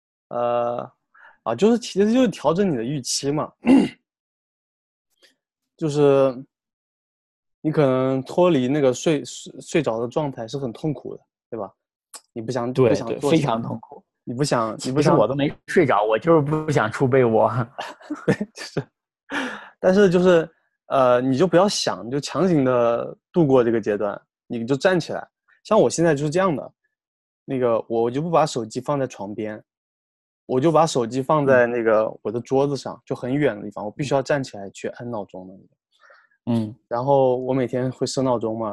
其实就是调整你的预期嘛。 就是你可能脱离那个睡着的状态是很痛苦的，对吧？你不想对，非做起来， 常痛苦。 你不想其实我都没睡着，我就是不想出被窝。 对，就是，但是就是你就不要想，你就强行的度过这个阶段，你就站起来。像我现在就是这样的，那个我就不把手机放在床边，我就把手机放在那个我的桌子上，就很远的地方，我必须要站起来去按闹钟的。然后我每天会设闹钟嘛，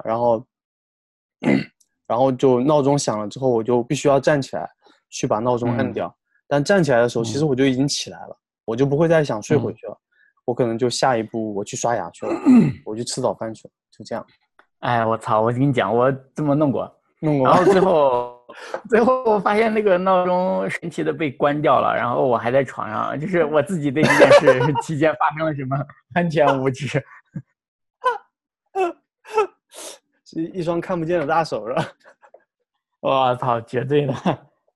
然后就闹钟响了之后，我就必须要站起来去把闹钟按掉。但站起来的时候，其实我就已经起来了，我就不会再想睡回去了。我可能就下一步我去刷牙去了，我去吃早饭去了，就这样。 哎，我操！我跟你讲，我这么弄过，然后最后我发现那个闹钟神奇的被关掉了，然后我还在床上，就是我自己对这件事期间发生了什么完全无知。 是一双看不见的大手是吧？ 我操，绝对的。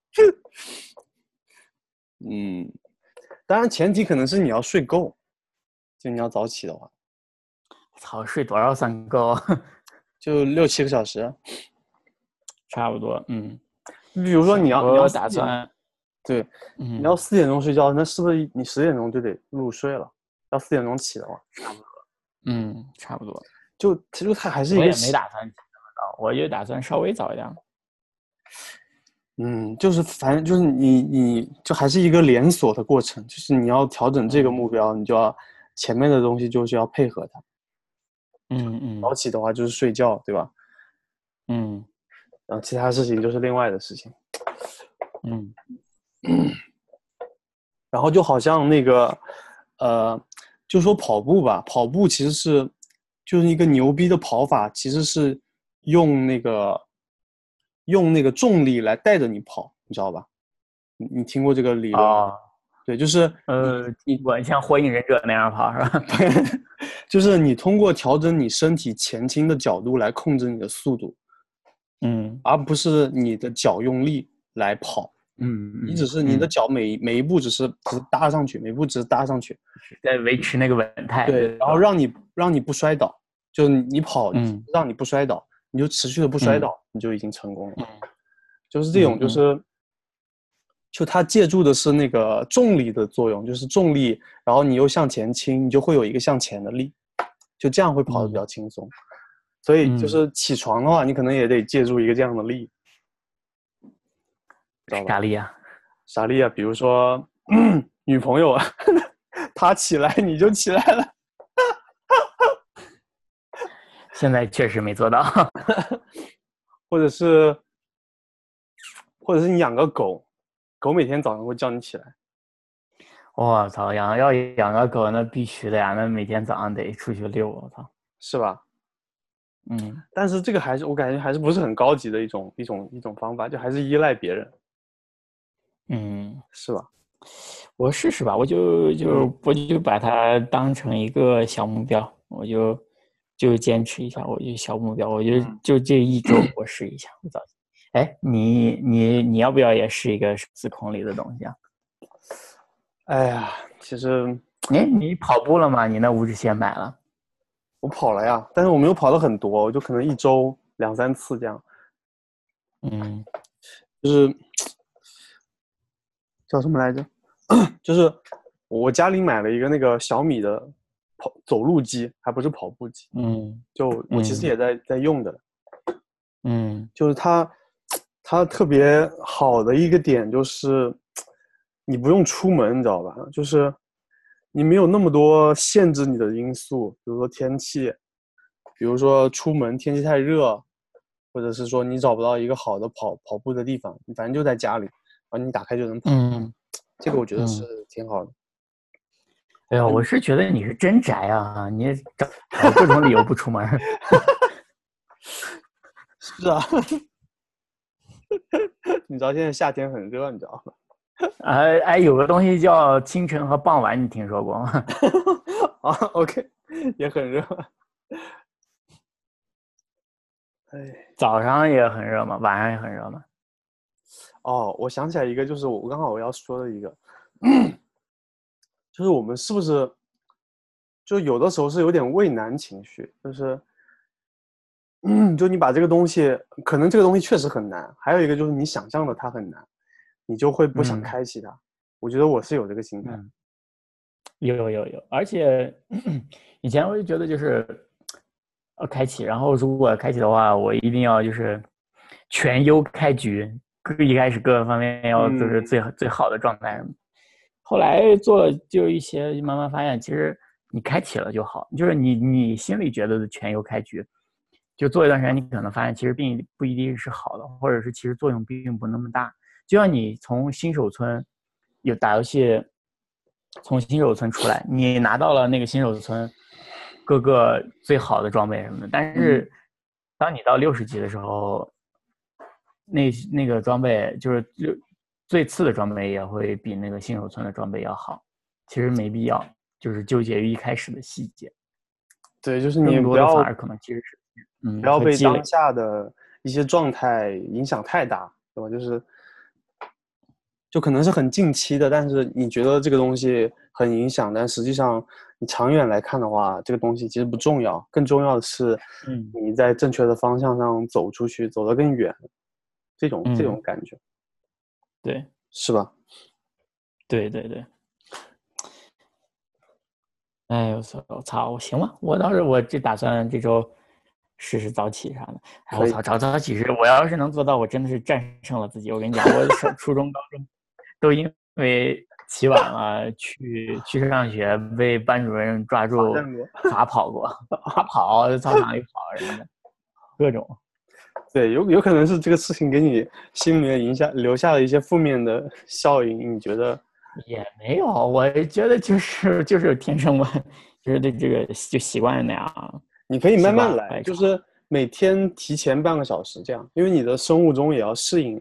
当然前提可能是你要睡够，就你要早起的话。 操，睡多少算够？ 就6-7个小时， 差不多。 比如说你要打算， 对，你要4点钟睡觉，那是不是你10点钟就得入睡了？要4点钟起的话， 差不多。差不多。 就它还是一个。 我也没打算起那么早，我就打算稍微早一点。 就是反正就是你就还是一个连锁的过程，就是你要调整这个目标，你就要前面的东西就是要配合它。早起的话就是睡觉，对吧？然后其他事情就是另外的事情。然后就好像那个就说跑步吧，跑步其实就是一个牛逼的跑法，其实是用那个重力来带着你跑，你知道吧？你听过这个理论吗？对，就是我像火影忍者那样跑是吧？ 就是你通过调整你身体前倾的角度来控制你的速度，而不是你的脚用力来跑。你只是你的脚每一步只是搭上去，每步只是搭上去， 在维持那个稳态。 对，然后让你不摔倒，就你跑，让你不摔倒，你就持续的不摔倒，你就已经成功了。就是这种，就它借助的是那个重力的作用，就是重力，然后你又向前倾，你就会有一个向前的力，就这样会跑得比较轻松。所以就是起床的话，你可能也得借助一个这样的力。 啥力啊？ 啥力啊？比如说女朋友啊，她起来你就起来了。 现在确实没做到。 或者是你养个狗，狗每天早上会叫你起来。 我操，要养个狗那必须的呀，那每天早上得出去遛，我操， 是吧？但是这个还是我感觉还是不是很高级的一种方法，就还是依赖别人。是吧？ 我试试吧，我就把它当成一个小目标，我就坚持一下，我就小目标，我就这一周我试一下。我早，哎，你要不要也试一个自控力的东西啊？ 哎呀，其实， 你跑步了吗？你那无纸鞋买了？ 我跑了呀，但是我没有跑的很多，我就可能一周2-3次这样。就是叫什么来着？就是我家里买了一个那个小米的走路机，还不是跑步机。就我其实也在用的。就是它特别好的一个点就是你不用出门，你知道吧？就是你没有那么多限制你的因素，比如说天气，比如说出门天气太热，或者是说你找不到一个好的跑步的地方，你反正就在家里，然后你打开就能跑。这个我觉得是挺好的。 哎呀，我是觉得你是真宅啊，你找各种理由不出门。 是啊。你知道现在夏天很热，你知道吗？ 有个东西叫清晨和傍晚，你听说过吗？ 啊 ，OK， 也很热。 早上也很热吗？晚上也很热吗？ 哦，我想起来一个，就是刚好我要说的一个，就是我们是不是就有的时候是有点畏难情绪，就是就你把这个东西，可能这个东西确实很难，还有一个就是你想象的它很难，你就会不想开启它。我觉得我是有这个心态。 有，而且以前我就觉得就是开启，然后如果开启的话，我一定要就是全优开局，一开始各个方面要就是最好的状态什么。后来做就一些，慢慢发现其实你开启了就好，就是你心里觉得的全优开局，就做一段时间，你可能发现其实并不一定是好的，或者是其实作用并不那么大。就像你从新手村有打游戏，从新手村出来，你拿到了那个新手村各个最好的装备什么的，但是当你到60级的时候，那个装备就是最次的装备也会比那个新手村的装备要好，其实没必要，就是纠结于一开始的细节。 对，就是你更多的反而可能其实是不要被当下的一些状态影响太大，对吧？就可能是很近期的，但是你觉得这个东西很影响，但实际上你长远来看的话，这个东西其实不重要，更重要的是你在正确的方向上走出去，走得更远，这种感觉， 对， 是吧？ 对。哎呦我操！行吧，我倒是我这打算这周试试早起啥的。哎我操，早起是我要是能做到，我真的是战胜了自己。我跟你讲，我初中、高中都因为起晚了去上学，被班主任抓住罚跑过，罚跑操场里跑什么的，各种。 对，有可能是这个事情给你心里面留下了一些负面的效应，你觉得？ 也没有，我觉得就是天生吧，就是对这个就习惯那样。 你可以慢慢来，就是每天提前半个小时这样，因为你的生物钟也要适应。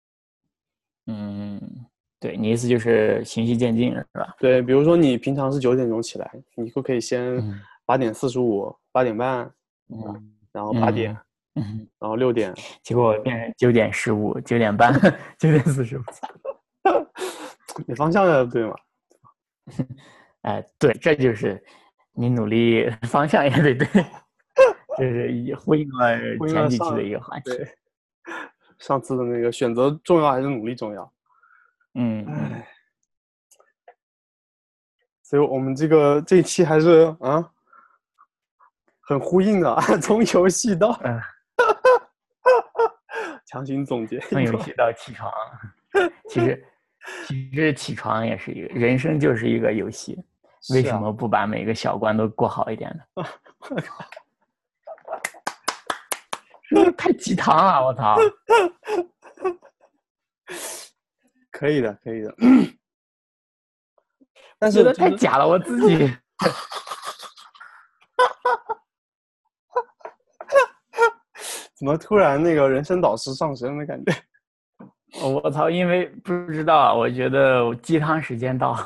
对，你意思就是循序渐进是吧？ 对，比如说你平常是9点钟起来，你可以先8:45、8:30，然后8点，然后6点， 结果变成9:15、9:30、9:45。 你方向要对嘛？ 哎，对，这就是你努力方向也得对，这是呼应了前几期的一个话题。 对，上次的那个选择重要还是努力重要？所以我们这一期还是很呼应的啊，从游戏到强行总结， 从游戏到起床，其实起床也是一个人生，就是一个游戏。为什么不把每个小关都过好一点呢？是不是太鸡汤了？我操！ 可以的。但是觉得太假了，我自己。 怎么突然那个人生导师上身的感觉？ 我操！因为不知道，我觉得鸡汤时间到。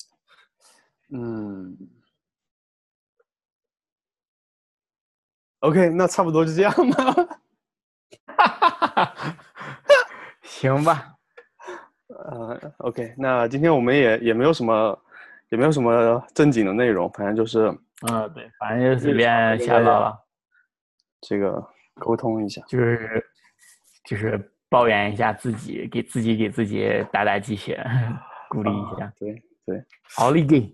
OK， 那差不多就这样吧。 行吧。 OK， 那今天我们也没有什么正经的内容，反正就是对，反正就随便瞎唠唠， 这个沟通一下， 就是抱怨一下自己，给自己打鸡血，鼓励一下。 对。 奥利给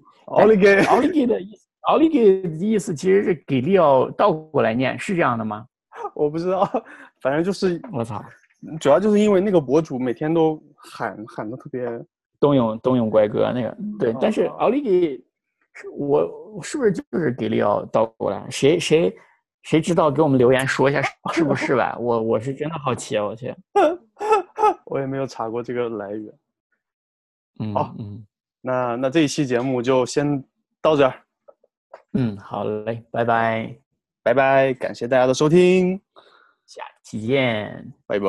的意思其实是给力要倒过来念，是这样的吗？ 我不知道，反正就是我操， 主要就是因为那个博主每天都喊的特别冬泳怪哥那个，对，但是奥利给我是不是就是给力要倒过来？谁知道给我们留言说一下是不是吧？我是真的好奇，我去， 我也没有查过这个来源。 好， 那这一期节目就先到这儿。 好嘞，拜拜， 拜拜，感谢大家的收听， 下期见， 拜拜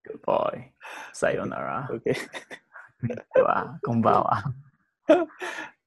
，boy，goodbye，sayonara， OK， 对吧？こんばんは。